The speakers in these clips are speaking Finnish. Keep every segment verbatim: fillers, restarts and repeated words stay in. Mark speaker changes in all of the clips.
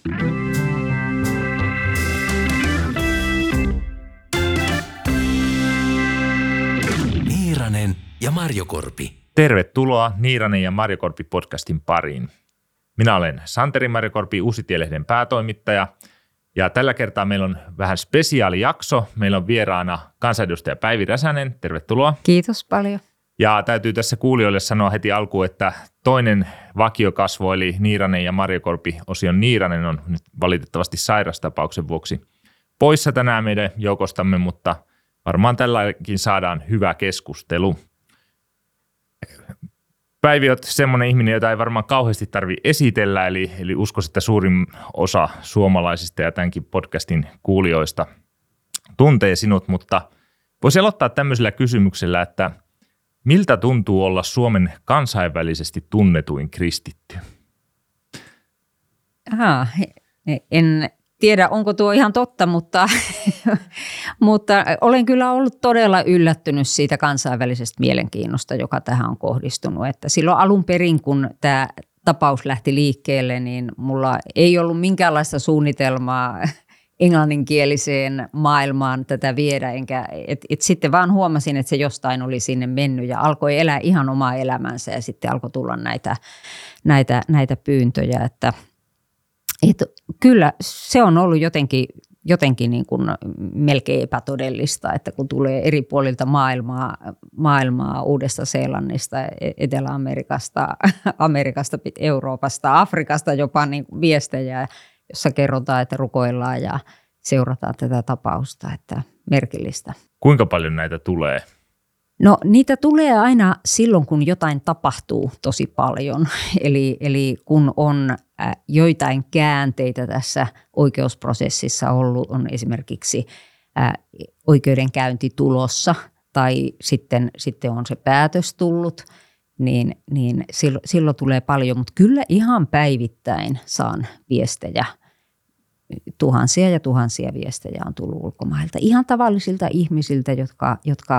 Speaker 1: Niiranen ja Marjokorpi.
Speaker 2: Tervetuloa Niiranen ja Marjokorpi podcastin pariin. Minä olen Santeri Marjokorpi, Uusitielehden päätoimittaja. Ja tällä kertaa meillä on vähän spesiaalijakso. Meillä on vieraana kansanedustaja Päivi Räsänen. Tervetuloa.
Speaker 3: Kiitos paljon.
Speaker 2: Ja täytyy tässä kuulijoille sanoa heti alkuun, että toinen vakiokasvo eli Niiranen ja Marjokorpi osion Niiranen on nyt valitettavasti sairastapauksen vuoksi poissa tänään meidän joukostamme, mutta varmaan tälläkin saadaan hyvä keskustelu. Päivi on semmoinen ihminen, jota ei varmaan kauheasti tarvitse esitellä, eli, eli uskoisin, että suurin osa suomalaisista ja tämänkin podcastin kuulijoista tuntee sinut, mutta voisi aloittaa tämmöisellä kysymyksellä, että miltä tuntuu olla Suomen kansainvälisesti tunnetuin kristitty?
Speaker 3: Aha, en tiedä, onko tuo ihan totta, mutta, mutta olen kyllä ollut todella yllättynyt siitä kansainvälisestä mielenkiinnosta, joka tähän on kohdistunut. Että silloin alun perin, kun tämä tapaus lähti liikkeelle, niin mulla ei ollut minkäänlaista suunnitelmaa englanninkieliseen maailmaan tätä viedä. Enkä, et, et sitten vaan huomasin, että se jostain oli sinne mennyt ja alkoi elää ihan omaa elämänsä ja sitten alkoi tulla näitä, näitä, näitä pyyntöjä, että Et kyllä se on ollut jotenkin, jotenkin niin kuin melkein epätodellista, että kun tulee eri puolilta maailmaa, maailmaa Uudesta-Seelannista, Etelä-Amerikasta, Amerikasta, Euroopasta, Afrikasta jopa niin kuin viestejä, jossa kerrotaan, että rukoillaan ja seurataan tätä tapausta, että merkillistä.
Speaker 2: Kuinka paljon näitä tulee?
Speaker 3: No niitä tulee aina silloin, kun jotain tapahtuu tosi paljon, eli, eli kun on joitain käänteitä tässä oikeusprosessissa ollut, on esimerkiksi oikeudenkäynti tulossa tai sitten, sitten on se päätös tullut, niin, niin silloin, silloin tulee paljon, mutta kyllä ihan päivittäin saan viestejä. Tuhansia ja tuhansia viestejä on tullut ulkomailta, ihan tavallisilta ihmisiltä, jotka, jotka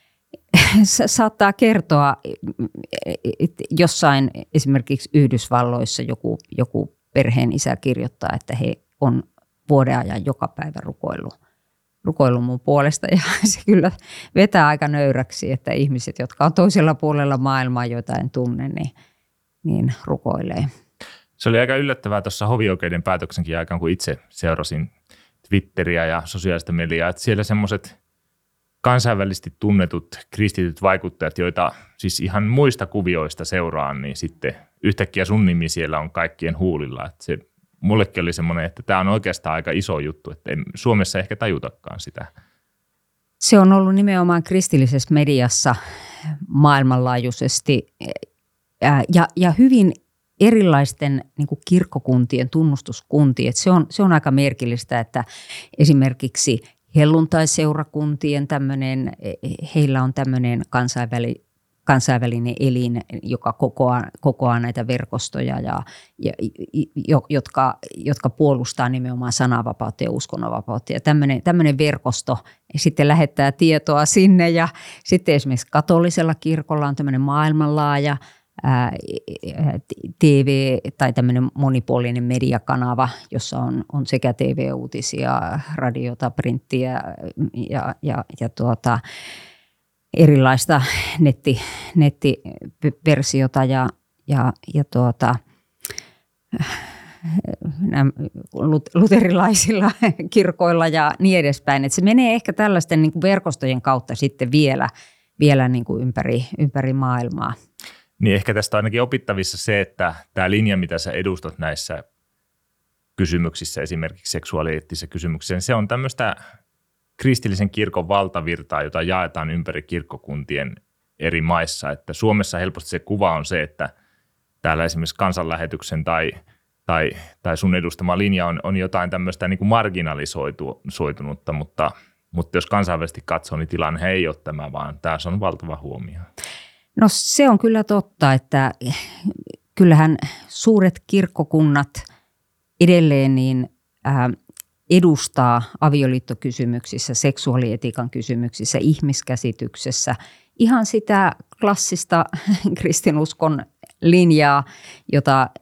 Speaker 3: saattaa kertoa jossain esimerkiksi Yhdysvalloissa joku, joku perheen isä kirjoittaa, että he on vuoden ajan joka päivä rukoillut, rukoillut mun puolesta. Ja se kyllä vetää aika nöyräksi, että ihmiset, jotka on toisella puolella maailmaa, joita en tunne, niin, niin rukoilee.
Speaker 2: Se oli aika yllättävää tuossa hovioikeuden päätöksenkin aikaan, kun itse seurasin Twitteriä ja sosiaalista mediaa, että siellä semmoiset kansainvälisesti tunnetut kristityt vaikuttajat, joita siis ihan muista kuvioista seuraan, niin sitten yhtäkkiä sun nimi siellä on kaikkien huulilla. Että se mullekin oli semmoinen, että tämä on oikeastaan aika iso juttu, että ei Suomessa ehkä tajutakaan sitä.
Speaker 3: Se on ollut nimenomaan kristillisessä mediassa maailmanlaajuisesti ja, ja hyvin erilaisten niin kuin kirkkokuntien, tunnustuskuntien. Se on, se on aika merkillistä, että esimerkiksi helluntaiseurakuntien tämmöinen, heillä on tämmöinen kansainväli, kansainvälinen elin, joka kokoaa, kokoaa näitä verkostoja, ja, ja, jotka, jotka puolustaa nimenomaan sananvapautta ja uskonnonvapautta. Ja tämmöinen, tämmöinen verkosto sitten lähettää tietoa sinne, ja sitten esimerkiksi katolisella kirkolla on tämmöinen maailmanlaaja T V tai tämmöinen monipuolinen mediakanava, jossa on, on sekä T V-uutisia, radiota, printtiä ja, ja, ja tuota, erilaista netti, nettiversiota ja, ja, ja tuota, luterilaisilla kirkoilla ja niin edespäin. Et se menee ehkä tällaisten niin kuin verkostojen kautta sitten vielä, vielä niin kuin ympäri, ympäri maailmaa.
Speaker 2: Niin ehkä tästä on ainakin opittavissa se, että tämä linja, mitä sä edustat näissä kysymyksissä, esimerkiksi seksuaalieettisissä kysymyksissä, niin se on tämmöistä kristillisen kirkon valtavirtaa, jota jaetaan ympäri kirkkokuntien eri maissa. Että Suomessa helposti se kuva on se, että täällä esimerkiksi kansanlähetyksen tai, tai, tai sun edustama linja on, on jotain tämmöistä niin kuin marginalisoitunutta, mutta, mutta jos kansainvälisesti katsoo, niin tilanne ei ole tämä, vaan tässä on valtava huomio.
Speaker 3: No se on kyllä totta, että kyllähän suuret kirkkokunnat edelleen niin, ää, edustaa avioliittokysymyksissä, seksuaalietiikan kysymyksissä, ihmiskäsityksessä ihan sitä klassista kristinuskon linjaa, jota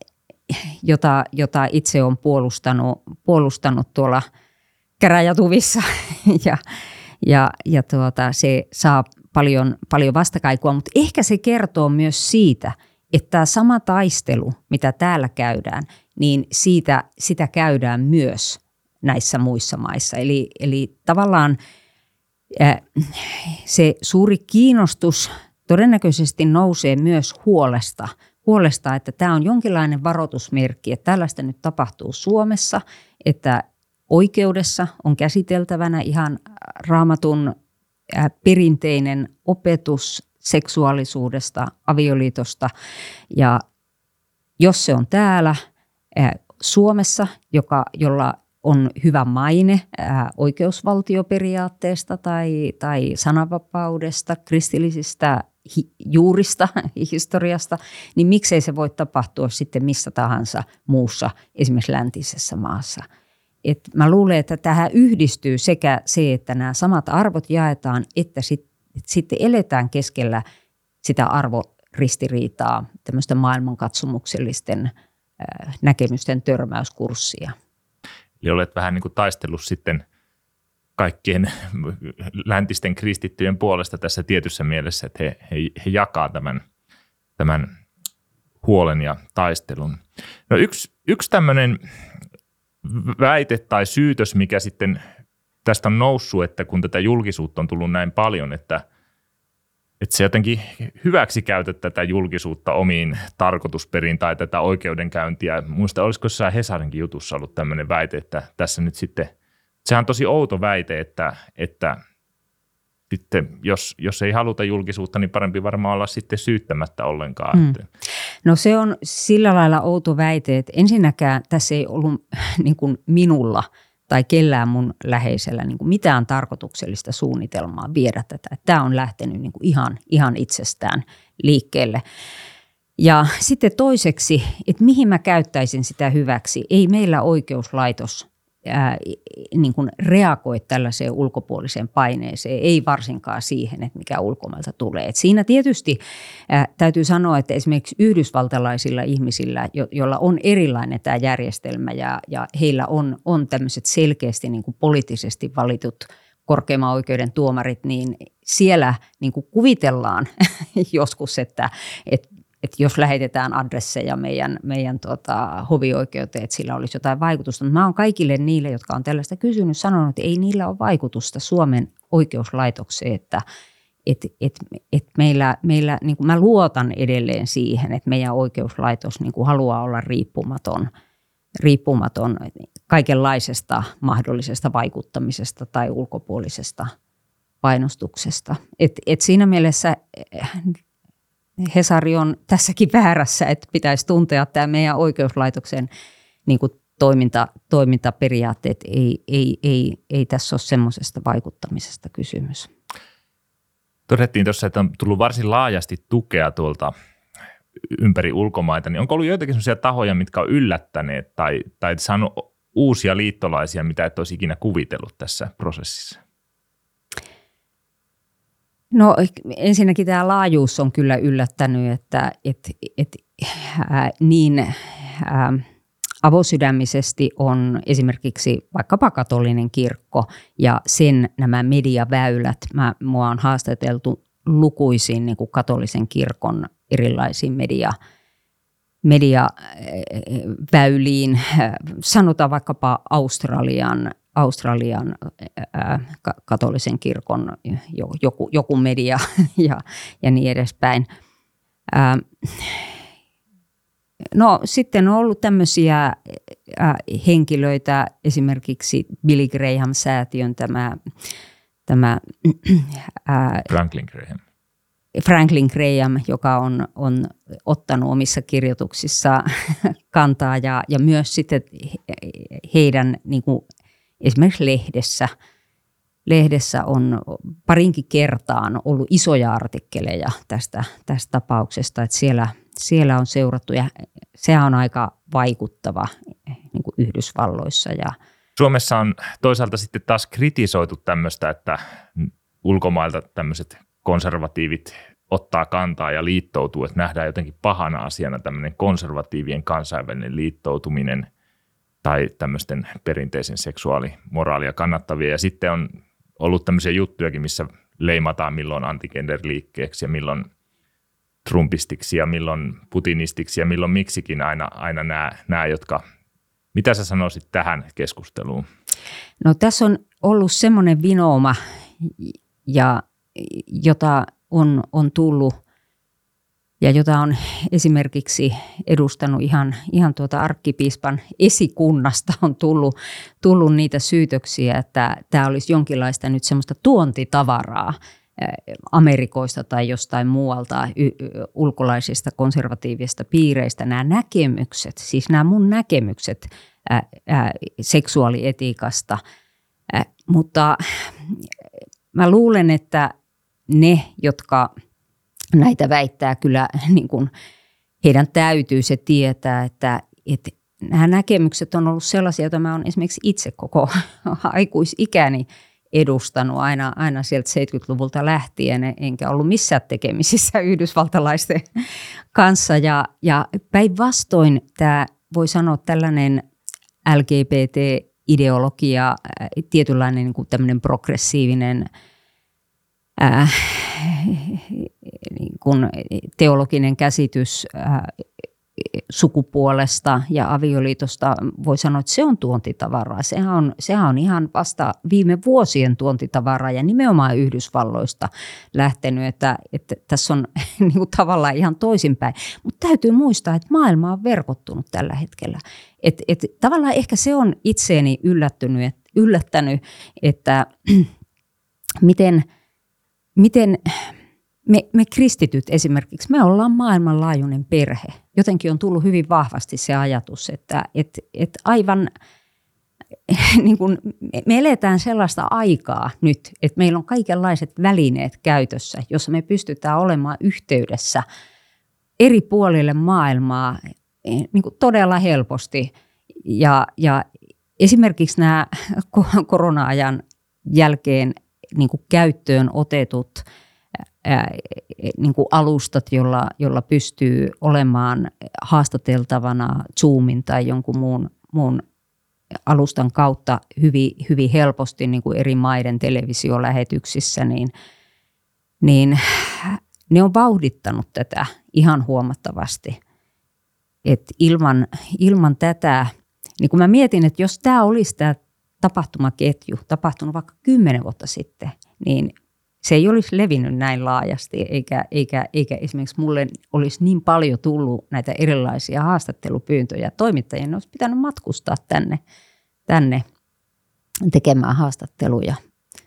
Speaker 3: jota, jota itse olen puolustanut, puolustanut tuolla käräjätuvissa ja, ja, ja tuota, se saa paljon, paljon vastakaikua, mutta ehkä se kertoo myös siitä, että tämä sama taistelu, mitä täällä käydään, niin siitä, sitä käydään myös näissä muissa maissa. Eli, eli tavallaan äh, se suuri kiinnostus todennäköisesti nousee myös huolesta, huolesta, että tämä on jonkinlainen varoitusmerkki, että tällaista nyt tapahtuu Suomessa, että oikeudessa on käsiteltävänä ihan Raamatun äh, perinteinen opetus seksuaalisuudesta, avioliitosta, ja jos se on täällä äh, Suomessa, joka, jolla on hyvä maine ää, oikeusvaltioperiaatteesta tai, tai sananvapaudesta, kristillisistä hi, juurista, historiasta, niin miksei se voi tapahtua sitten missä tahansa muussa, esimerkiksi läntisessä maassa. Et mä luulen, että tähän yhdistyy sekä se, että nämä samat arvot jaetaan, että sit, et sitten eletään keskellä sitä arvoristiriitaa, tämmöistä maailmankatsomuksellisten ää, näkemysten törmäyskurssia.
Speaker 2: Eli olet vähän niin kuin taistellut sitten kaikkien läntisten kristittyjen puolesta tässä tietyssä mielessä, että he, he, he jakaa tämän, tämän huolen ja taistelun. No yksi, yksi tämmöinen väite tai syytös, mikä sitten tästä on noussut, että kun tätä julkisuutta on tullut näin paljon, että, että se jotenkin hyväksi käytät tätä julkisuutta omiin tarkoitusperiin tai tätä oikeudenkäyntiä. Muista, olisiko jossain Hesarinkin jutussa ollut tämmöinen väite, että tässä nyt sitten, sehän on tosi outo väite, että, että sitten jos, jos ei haluta julkisuutta, niin parempi varmaan olla sitten syyttämättä ollenkaan. Mm.
Speaker 3: No se on sillä lailla outo väite, että ensinnäkään tässä ei ollut niin kuin minulla tai kellään mun läheisellä niin kuin mitään tarkoituksellista suunnitelmaa viedä tätä. Tämä on lähtenyt niin kuin ihan, ihan itsestään liikkeelle. Ja sitten toiseksi, että mihin mä käyttäisin sitä hyväksi. Ei meillä oikeuslaitos ää, niin kuin reagoi tällaiseen ulkopuoliseen paineeseen, ei varsinkaan siihen, että mikä ulkomailta tulee. Et siinä tietysti ää, täytyy sanoa, että esimerkiksi yhdysvaltalaisilla ihmisillä, jo, joilla on erilainen tämä järjestelmä ja, ja heillä on, on tämmöiset selkeästi niin kuin poliittisesti valitut korkeimman oikeuden tuomarit, niin siellä niin kuin kuvitellaan joskus, että, että että jos lähetetään adresseja meidän, meidän tota, hovioikeuteen, että sillä olisi jotain vaikutusta. Mutta mä oon kaikille niille, jotka on tällaista kysynyt, sanonut, että ei niillä ole vaikutusta Suomen oikeuslaitokseen, että et, et, et meillä, meillä niin kuin mä luotan edelleen siihen, että meidän oikeuslaitos niin kuin haluaa olla riippumaton, riippumaton kaikenlaisesta mahdollisesta vaikuttamisesta tai ulkopuolisesta painostuksesta. Et, et siinä mielessä Hesari on tässäkin väärässä, että pitäisi tuntea tämä meidän oikeuslaitoksen niin kuin toiminta, toimintaperiaatteet. Ei, ei, ei, ei tässä ole semmoisesta vaikuttamisesta kysymys.
Speaker 2: Todettiin tuossa, että on tullut varsin laajasti tukea tuolta ympäri ulkomaita. Niin onko ollut joitakin sellaisia tahoja, mitkä on yllättäneet tai, tai saanut uusia liittolaisia, mitä et olisi ikinä kuvitellut tässä prosessissa?
Speaker 3: No ensinnäkin tämä laajuus on kyllä yllättänyt, että et, et, äh, niin äh, avosydämisesti on esimerkiksi vaikkapa katolinen kirkko ja sen nämä mediaväylät. Mä, mua on haastateltu lukuisiin niin kuin katolisen kirkon erilaisiin media, mediaväyliin, sanotaan vaikkapa Australian Australian ää, katolisen kirkon joku, joku media ja, ja niin edespäin. Ää, no sitten on ollut tämmöisiä ää, henkilöitä, esimerkiksi Billy Graham-säätiön tämä, tämä ää,
Speaker 2: Franklin Graham.
Speaker 3: Franklin Graham, joka on, on ottanut omissa kirjoituksissaan kantaa ja, ja myös sitten heidän niin kuin esimerkiksi lehdessä, lehdessä on parinkin kertaan ollut isoja artikkeleja tästä, tästä tapauksesta, että siellä, siellä on seurattu ja sehän on aika vaikuttava niin kuin Yhdysvalloissa. Ja
Speaker 2: Suomessa on toisaalta sitten taas kritisoitu tämmöistä, että ulkomailta tämmöiset konservatiivit ottaa kantaa ja liittoutuu, että nähdään jotenkin pahana asiana tämmöinen konservatiivien kansainvälinen liittoutuminen tai tämmöisten perinteisen seksuaalimoraalia kannattavia. Ja sitten on ollut tämmöisiä juttujakin, missä leimataan milloin anti-gender-liikkeeksi ja milloin trumpistiksi ja milloin putinistiksi ja milloin miksikin aina, aina nämä, nämä, jotka... Mitä sä sanoisit tähän keskusteluun?
Speaker 3: No tässä on ollut semmoinen vinooma, ja, jota on, on tullut ja jota on esimerkiksi edustanut ihan, ihan tuota arkkipiispan esikunnasta on tullut, tullut niitä syytöksiä, että tämä olisi jonkinlaista nyt semmoista tuontitavaraa Amerikoista tai jostain muualta y- ulkolaisista konservatiivisista piireistä nämä näkemykset, siis nämä mun näkemykset ää, ää, seksuaalietiikasta, ää, mutta mä luulen, että ne, jotka näitä väittää, kyllä niin kuin heidän täytyy se tietää, että, että nämä näkemykset on ollut sellaisia, joita mä oon esimerkiksi itse koko aikuisikäni edustanut aina, aina sieltä seitsemänkymmentäluvulta lähtien, enkä ollut missään tekemisissä yhdysvaltalaisten kanssa. Ja, ja päinvastoin tämä, voi sanoa, tällainen L G B T-ideologia, tietynlainen niin kuin tämmöinen progressiivinen ää, niin kuin teologinen käsitys ää, sukupuolesta ja avioliitosta, voi sanoa, että se on tuontitavaraa. Sehän on, sehän on ihan vasta viime vuosien tuontitavaraa ja nimenomaan Yhdysvalloista lähtenyt, että, että tässä on niin kuin tavallaan ihan toisinpäin. Mutta täytyy muistaa, että maailma on verkottunut tällä hetkellä. Et, et, tavallaan ehkä se on itseeni yllättynyt, et, yllättänyt, että miten... miten Me, me kristityt esimerkiksi, me ollaan maailmanlaajuinen perhe. Jotenkin on tullut hyvin vahvasti se ajatus, että et, et aivan niin kuin me eletään sellaista aikaa nyt, että meillä on kaikenlaiset välineet käytössä, jossa me pystytään olemaan yhteydessä eri puolille maailmaa niin kuin todella helposti. Ja, ja esimerkiksi nämä korona-ajan jälkeen niin kuin käyttöön otetut Ää, niin kuin alustat, jolla, jolla pystyy olemaan haastateltavana Zoomin tai jonkun muun, muun alustan kautta hyvin, hyvin helposti niin kuin eri maiden televisiolähetyksissä, niin, niin ne on vauhdittanut tätä ihan huomattavasti. Et ilman, ilman tätä, niin kun mä mietin, että jos tämä olisi tämä tapahtumaketju tapahtunut vaikka kymmenen vuotta sitten, niin se ei olisi levinnyt näin laajasti, eikä, eikä, eikä esimerkiksi mulle olisi niin paljon tullut näitä erilaisia haastattelupyyntöjä. Toimittajien olisi pitänyt matkustaa tänne, tänne tekemään haastatteluja.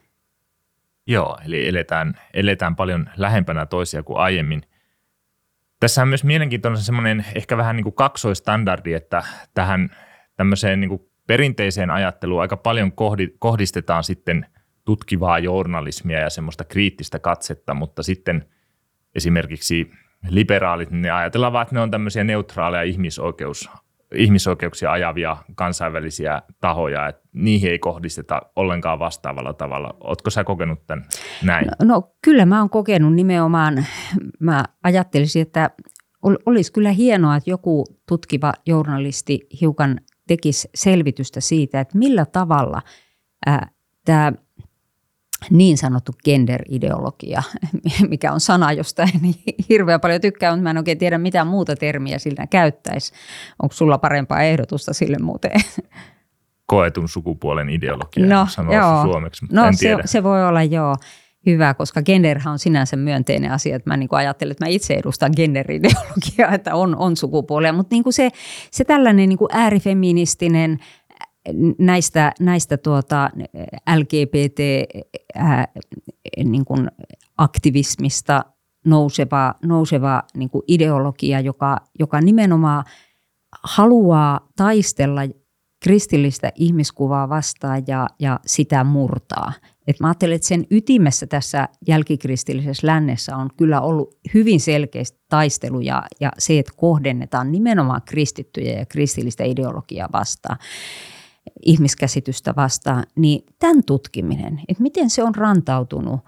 Speaker 2: Joo, eli eletään, eletään paljon lähempänä toisia kuin aiemmin. Tässä on myös mielenkiintoinen semmoinen ehkä vähän niin kuin kaksoistandardi, että tähän tämmöiseen niin kuin perinteiseen ajatteluun aika paljon kohdistetaan sitten tutkivaa journalismia ja semmoista kriittistä katsetta, mutta sitten esimerkiksi liberaalit, niin ne ajatellaan vaan, että ne on tämmöisiä neutraaleja ihmisoikeus, ihmisoikeuksia ajavia kansainvälisiä tahoja, että niihin ei kohdisteta ollenkaan vastaavalla tavalla. Ootko sä kokenut tämän näin?
Speaker 3: No, no kyllä mä oon kokenut nimenomaan, mä ajattelisin, että olisi kyllä hienoa, että joku tutkiva journalisti hiukan tekisi selvitystä siitä, että millä tavalla ää, tämä niin sanottu gender-ideologia, mikä on sana, josta en hirveän paljon tykkää, mutta mä en oikein tiedä mitään muuta termiä sillä käyttäisi. Onko sulla parempaa ehdotusta sille muuten?
Speaker 2: Koetun sukupuolen ideologia,
Speaker 3: no,
Speaker 2: sanoo
Speaker 3: joo.
Speaker 2: suomeksi, mutta
Speaker 3: no,
Speaker 2: en
Speaker 3: se,
Speaker 2: tiedä.
Speaker 3: se voi olla joo hyvä, koska genderhän on sinänsä myönteinen asia. Että mä niin kuin ajattelen, että mä itse edustan gender-ideologiaa, että on, on sukupuolia, mutta niin kuin se, se tällainen niin kuin äärifeministinen näistä, näistä tuota L G B T ää, niin kuin aktivismista nouseva, nouseva niin kuin ideologia, joka, joka nimenomaan haluaa taistella kristillistä ihmiskuvaa vastaan ja, ja sitä murtaa. Et mä ajattelen, että sen ytimessä tässä jälkikristillisessä lännessä on kyllä ollut hyvin selkeästi taistelu ja, ja se, että kohdennetaan nimenomaan kristittyjä ja kristillistä ideologiaa vastaan, ihmiskäsitystä vastaan, niin tämän tutkiminen, että miten se on rantautunut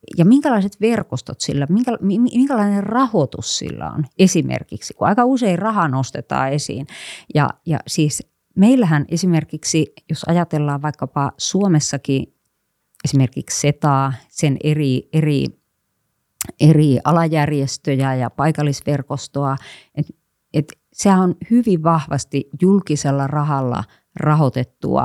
Speaker 3: ja minkälaiset verkostot sillä, minkä, minkälainen rahoitus sillä on esimerkiksi, kun aika usein raha nostetaan esiin. Ja, ja siis meillähän esimerkiksi, jos ajatellaan vaikkapa Suomessakin esimerkiksi SETAa, sen eri, eri, eri alajärjestöjä ja paikallisverkostoa, että et sehän on hyvin vahvasti julkisella rahalla rahoitettua,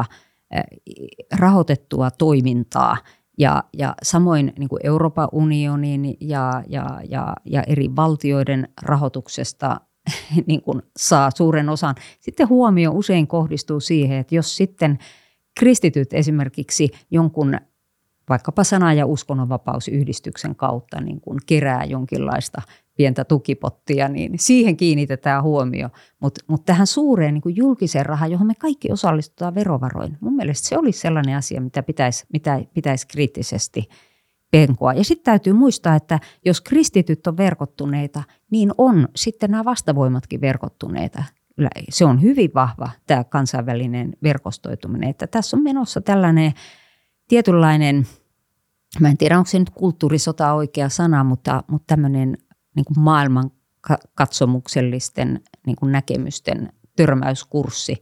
Speaker 3: rahoitettua toimintaa. Ja, ja samoin niin kuin Euroopan unionin ja, ja, ja, ja eri valtioiden rahoituksesta niin kuin saa suuren osan. Sitten huomio usein kohdistuu siihen, että jos sitten kristityt esimerkiksi jonkun vaikkapa sana- ja uskonnonvapausyhdistyksen kautta niin kuin kerää jonkinlaista pientä tukipottia, niin siihen kiinnitetään huomio. Mutta mut tähän suureen niin kuin julkiseen rahaan, johon me kaikki osallistutaan verovaroin, mun mielestä se olisi sellainen asia, mitä pitäisi, mitä pitäisi kriittisesti penkoa. Ja sitten täytyy muistaa, että jos kristityt on verkottuneita, niin on sitten nämä vastavoimatkin verkottuneita. Se on hyvin vahva tämä kansainvälinen verkostoituminen, että tässä on menossa tällainen tietynlainen, mä en tiedä onko se nyt kulttuurisota oikea sana, mutta, mutta tämmöinen niin kuin maailman katsomuksellisten niin kuin näkemysten törmäyskurssi.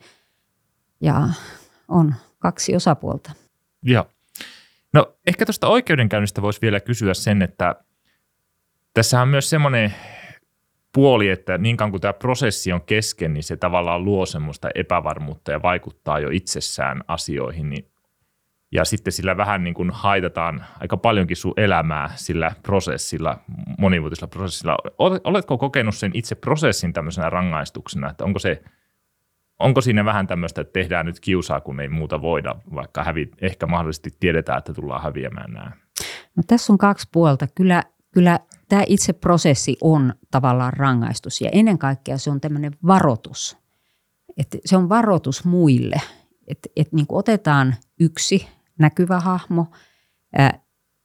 Speaker 3: Ja on kaksi osapuolta.
Speaker 2: Joo. No ehkä tuosta oikeudenkäynnistä voisi vielä kysyä sen, että tässä on myös semmoinen puoli, että niin kauan kuin tämä prosessi on kesken, niin se tavallaan luo semmoista epävarmuutta ja vaikuttaa jo itsessään asioihin, niin ja sitten sillä vähän niin kuin haitataan aika paljonkin sun elämää sillä prosessilla, monivuotisella prosessilla. Oletko kokenut sen itse prosessin tämmöisenä rangaistuksena, että onko, se, onko siinä vähän tämmöistä, että tehdään nyt kiusaa, kun ei muuta voida, vaikka hävi, ehkä mahdollisesti tiedetään, että tullaan häviämään nämä?
Speaker 3: No tässä on kaksi puolta. Kyllä, kyllä tämä itse prosessi on tavallaan rangaistus ja ennen kaikkea se on tämmöinen varoitus. Että se on varoitus muille, että et niin kuin otetaan yksi näkyvä hahmo, ää,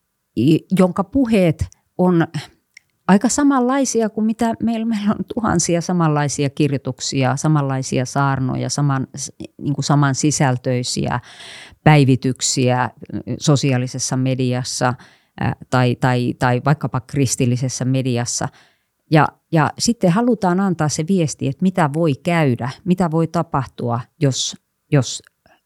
Speaker 3: jonka puheet on aika samanlaisia kuin mitä meillä, meillä on tuhansia samanlaisia kirjoituksia, samanlaisia saarnoja, saman, niin kuin saman sisältöisiä päivityksiä sosiaalisessa mediassa ää, tai, tai, tai vaikkapa kristillisessä mediassa. Ja, ja sitten halutaan antaa se viesti, että mitä voi käydä, mitä voi tapahtua, jos, jos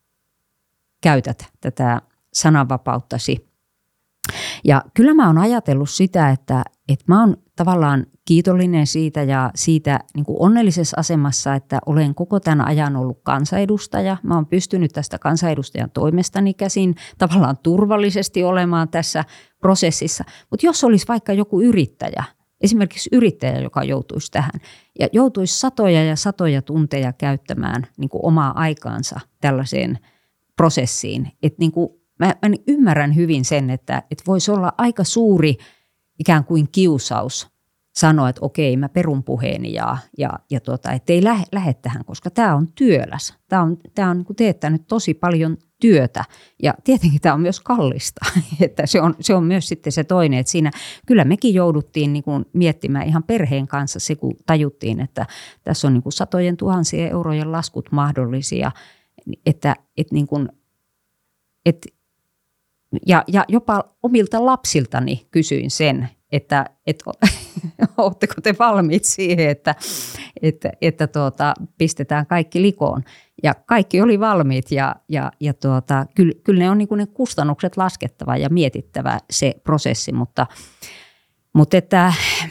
Speaker 3: käytät tätä sananvapauttasi. Ja kyllä mä oon ajatellut sitä, että, että mä oon tavallaan kiitollinen siitä ja siitä niin kuin onnellisessa asemassa, että olen koko tämän ajan ollut kansanedustaja. Mä oon pystynyt tästä kansanedustajan toimestani käsin tavallaan turvallisesti olemaan tässä prosessissa. Mutta jos olisi vaikka joku yrittäjä, esimerkiksi yrittäjä, joka joutuisi tähän ja joutuisi satoja ja satoja tunteja käyttämään niin kuin omaa aikaansa tällaiseen prosessiin. Että niin kuin, mä, mä ymmärrän hyvin sen, että, että voisi olla aika suuri ikään kuin kiusaus sanoa, että okei, mä perun puheeni ja, ja, ja tuota, ettei lähe, lähde tähän, koska tämä on työläs. Tämä on, tämä on niin kuin teettänyt tosi paljon työtä ja tietenkin tämä on myös kallista. Että se, on, se on myös sitten se toinen, että siinä kyllä mekin jouduttiin niin kuin miettimään ihan perheen kanssa se, kun tajuttiin, että tässä on niin kuin satojen tuhansien eurojen laskut mahdollisia. Että, että niin kuin, että, ja, ja jopa omilta lapsiltani kysyin sen, että, että oletteko te valmiit siihen, että, että, että tuota, pistetään kaikki likoon. Ja kaikki oli valmiit ja, ja, ja tuota, kyllä, kyllä ne on niin kuin ne kustannukset laskettava ja mietittävä se prosessi, mutta, mutta että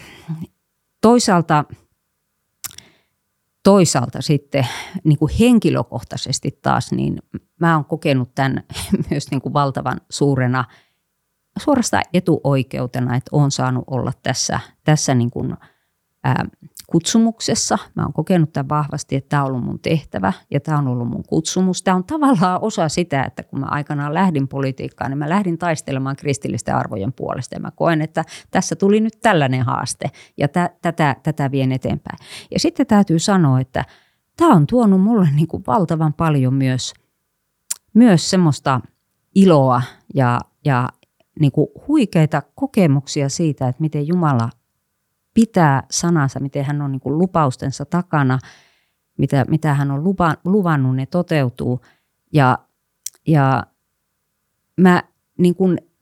Speaker 3: toisaalta Toisaalta sitten niin kuin henkilökohtaisesti taas, niin mä oon kokenut tämän myös niin kuin valtavan suurena suorastaan etuoikeutena, että oon saanut olla tässä, tässä niin kuin, ää, kutsumuksessa. Mä oon kokenut tämän vahvasti, että tämä on ollut mun tehtävä ja tämä on ollut mun kutsumus. Tämä on tavallaan osa sitä, että kun mä aikanaan lähdin politiikkaan, niin mä lähdin taistelemaan kristillisten arvojen puolesta. Ja mä koen, että tässä tuli nyt tällainen haaste ja tä, tätä, tätä vien eteenpäin. Ja sitten täytyy sanoa, että tämä on tuonut mulle niin kuin valtavan paljon myös, myös semmoista iloa ja, ja niin kuin huikeita kokemuksia siitä, että miten Jumala pitää sanansa, miten hän on niin kuin lupaustensa takana, mitä, mitä hän on lupa, luvannut, ne toteutuu. Ja, ja mä niin kuin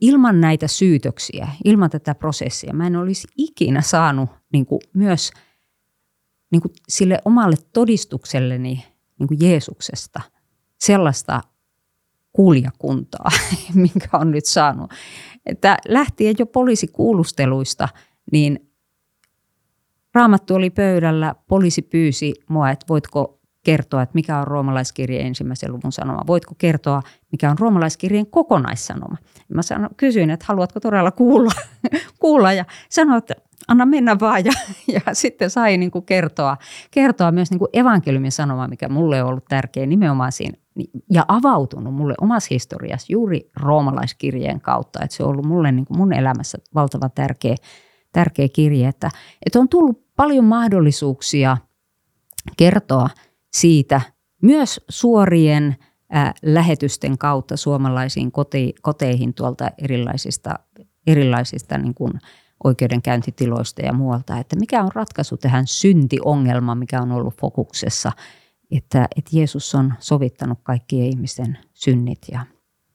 Speaker 3: ilman näitä syytöksiä, ilman tätä prosessia, mä en olisi ikinä saanut niin kuin myös niin kuin sille omalle todistukselleni niin kuin Jeesuksesta sellaista kuulijakuntaa, minkä on nyt saanut. Että lähtien jo poliisikuulusteluista, niin Raamattu oli pöydällä, poliisi pyysi mua, että voitko kertoa, että mikä on roomalaiskirjeen ensimmäisen luvun sanoma. Voitko kertoa, mikä on roomalaiskirjeen kokonaissanoma? Mä sano, kysyin, että haluatko todella kuulla, kuulla ja sanoin, että anna mennä vaan. Ja, ja sitten sai niin kuin kertoa, kertoa myös niin kuin evankeliumin sanoma, mikä mulle on ollut tärkeä nimenomaan siinä. Ja avautunut mulle omassa historiassa juuri roomalaiskirjeen kautta. Että se on ollut mulle niin kuin mun elämässä valtavan tärkeä, tärkeä kirje. Että, että on tullut paljon mahdollisuuksia kertoa siitä myös suorien ää, lähetysten kautta suomalaisiin koti, koteihin tuolta erilaisista, erilaisista niin kuin oikeudenkäyntitiloista ja muualta, että mikä on ratkaisu tähän syntiongelmaan, mikä on ollut fokuksessa, että, että Jeesus on sovittanut kaikkien ihmisten synnit. Ja,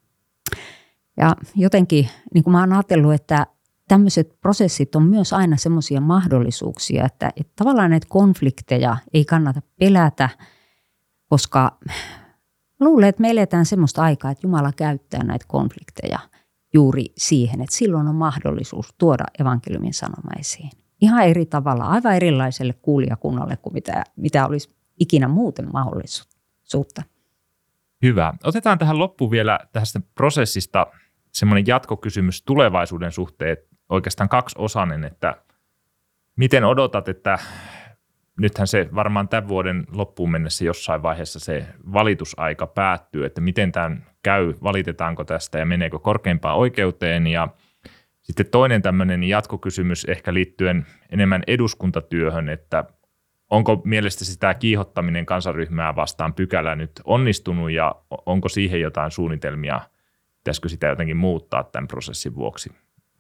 Speaker 3: ja jotenkin niin kuin mä oon ajatellut, että tämmöiset prosessit on myös aina semmoisia mahdollisuuksia, että, että tavallaan näitä konflikteja ei kannata pelätä, koska luulen, että me eletään semmoista aikaa, että Jumala käyttää näitä konflikteja juuri siihen, että silloin on mahdollisuus tuoda evankeliumin sanoma esiin. Ihan eri tavalla, aivan erilaiselle kuulijakunnalle kuin mitä, mitä olisi ikinä muuten mahdollisuutta.
Speaker 2: Hyvä. Otetaan tähän loppuun vielä tästä prosessista semmoinen jatkokysymys tulevaisuuden suhteen, oikeastaan kaksiosainen, että miten odotat, että nythän se varmaan tämän vuoden loppuun mennessä jossain vaiheessa se valitusaika päättyy, että miten tämän käy, valitetaanko tästä ja meneekö korkeimpaan oikeuteen. Ja sitten toinen tämmöinen jatkokysymys ehkä liittyen enemmän eduskuntatyöhön, että onko mielestäsi tämä kiihottaminen kansanryhmää vastaan pykälä nyt onnistunut ja onko siihen jotain suunnitelmia, pitäisikö sitä jotenkin muuttaa tämän prosessin vuoksi?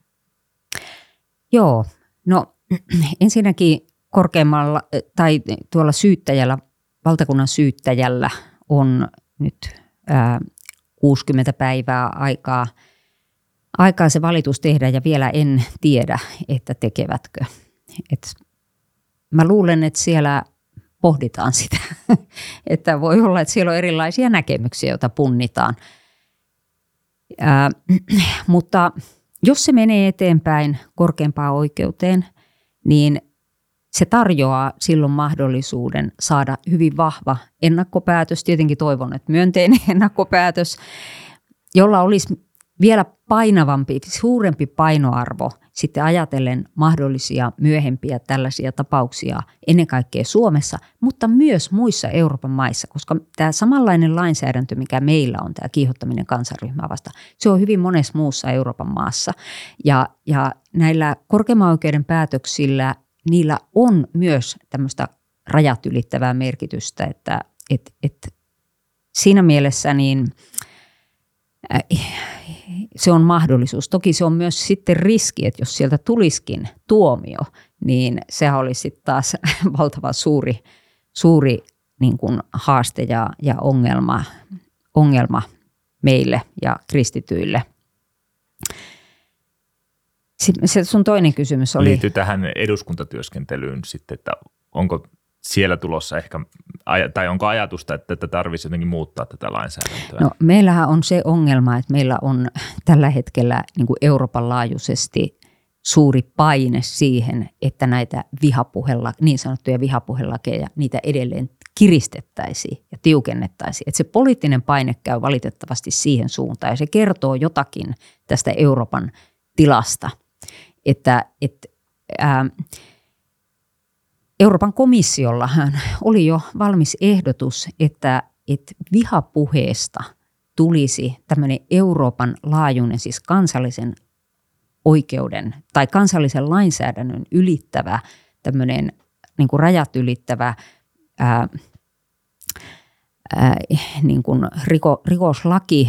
Speaker 3: Joo, no ensinnäkin korkeammalla tai tuolla syyttäjällä, valtakunnan syyttäjällä on nyt ää, kuusikymmentä päivää aikaa, aikaa se valitus tehdä ja vielä en tiedä, että tekevätkö. Et mä luulen, että siellä pohditaan sitä, että voi olla, että siellä on erilaisia näkemyksiä, joita punnitaan. Ää, mutta jos se menee eteenpäin korkeampaan oikeuteen, niin se tarjoaa silloin mahdollisuuden saada hyvin vahva ennakkopäätös. Tietenkin toivon, että myönteinen ennakkopäätös, jolla olisi vielä painavampi, suurempi painoarvo sitten ajatellen mahdollisia myöhempiä tällaisia tapauksia ennen kaikkea Suomessa, mutta myös muissa Euroopan maissa, koska tämä samanlainen lainsäädäntö, mikä meillä on, tämä kiihottaminen kansanryhmää vastaan, se on hyvin monessa muussa Euroopan maassa. Ja, ja näillä korkeimman oikeuden päätöksillä niillä on myös tämmöistä rajat ylittävää merkitystä, että et, et siinä mielessä niin äh, se on mahdollisuus. Toki se on myös sitten riski, että jos sieltä tulisikin tuomio, niin sehän olisi sitten taas valtavan suuri, suuri niin kuin haaste ja, ja ongelma, ongelma meille ja kristityille. Sitten se sun toinen kysymys oli...
Speaker 2: Liittyy tähän eduskuntatyöskentelyyn sitten, että onko siellä tulossa ehkä, tai onko ajatusta, että tätä tarvitsisi jotenkin muuttaa tätä lainsäädäntöä?
Speaker 3: No, meillähän on se ongelma, että meillä on tällä hetkellä niin kuin Euroopan laajuisesti suuri paine siihen, että näitä vihapuhella, niin sanottuja vihapuhelakeja, niitä edelleen kiristettäisiin ja tiukennettaisiin. Että se poliittinen paine käy valitettavasti siihen suuntaan, ja se kertoo jotakin tästä Euroopan tilasta, että... että ää, Euroopan komissiollahan oli jo valmis ehdotus, että, että vihapuheesta tulisi tämmöinen Euroopan laajuinen, siis kansallisen oikeuden tai kansallisen lainsäädännön ylittävä, tämmöinen niin kuin rajat ylittävä ää, ää, niin kuin riko, rikoslaki,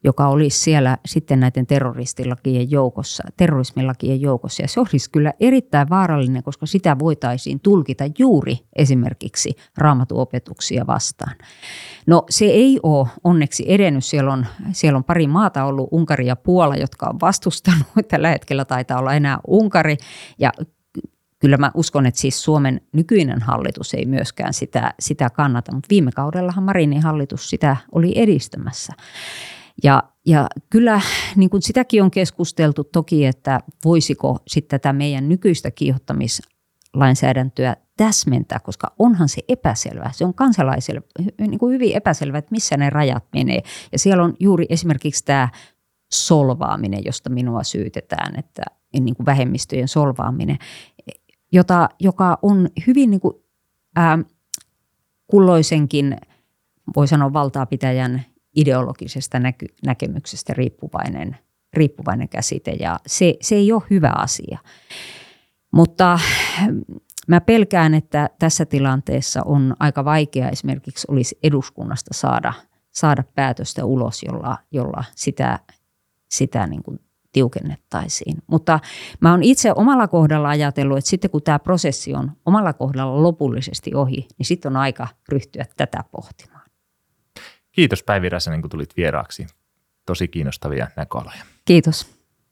Speaker 3: joka olisi siellä sitten näiden terroristilakien joukossa, terrorismilakien joukossa. Ja se olisi kyllä erittäin vaarallinen, koska sitä voitaisiin tulkita juuri esimerkiksi raamatuopetuksia vastaan. No se ei ole onneksi edennyt. Siellä on, siellä on pari maata ollut, Unkari ja Puola, jotka on vastustanut. Tällä hetkellä taitaa olla enää Unkari. Ja kyllä mä uskon, että siis Suomen nykyinen hallitus ei myöskään sitä, sitä kannata, mutta viime kaudellahan Marinin hallitus sitä oli edistämässä. Ja, ja kyllä niin kuin sitäkin on keskusteltu toki, että voisiko sitten tätä meidän nykyistä kiihottamislainsäädäntöä täsmentää, koska onhan se epäselvä. Se on kansalaisille niin kuin hyvin epäselvä, että missä ne rajat menee. Ja siellä on juuri esimerkiksi tämä solvaaminen, josta minua syytetään, että niin kuin vähemmistöjen solvaaminen, jota, joka on hyvin niin kuin, ää, kulloisenkin, voi sanoa valtaapitäjän ideologisesta näky, näkemyksestä riippuvainen, riippuvainen käsite, ja se, se ei ole hyvä asia. Mutta mä pelkään, että tässä tilanteessa on aika vaikea esimerkiksi olisi eduskunnasta saada, saada päätöstä ulos, jolla, jolla sitä, sitä niin kuin tiukennettaisiin. Mutta mä oon itse omalla kohdalla ajatellut, että sitten kun tämä prosessi on omalla kohdalla lopullisesti ohi, niin sitten on aika ryhtyä tätä pohtimaan.
Speaker 2: Kiitos Päivi Räsänen, kun tulit vieraaksi. Tosi kiinnostavia näköaloja.
Speaker 3: Kiitos.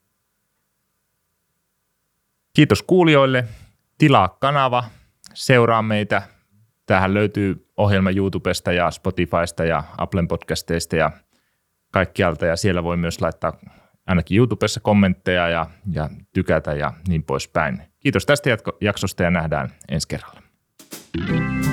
Speaker 2: Kiitos kuulijoille. Tilaa kanava, seuraa meitä. Tämähän löytyy ohjelma YouTubesta ja Spotifysta ja Applen podcasteista ja kaikkialta. Ja siellä voi myös laittaa ainakin YouTubessa kommentteja ja, ja tykätä ja niin poispäin. Kiitos tästä jatko- jaksosta ja nähdään ensi kerralla.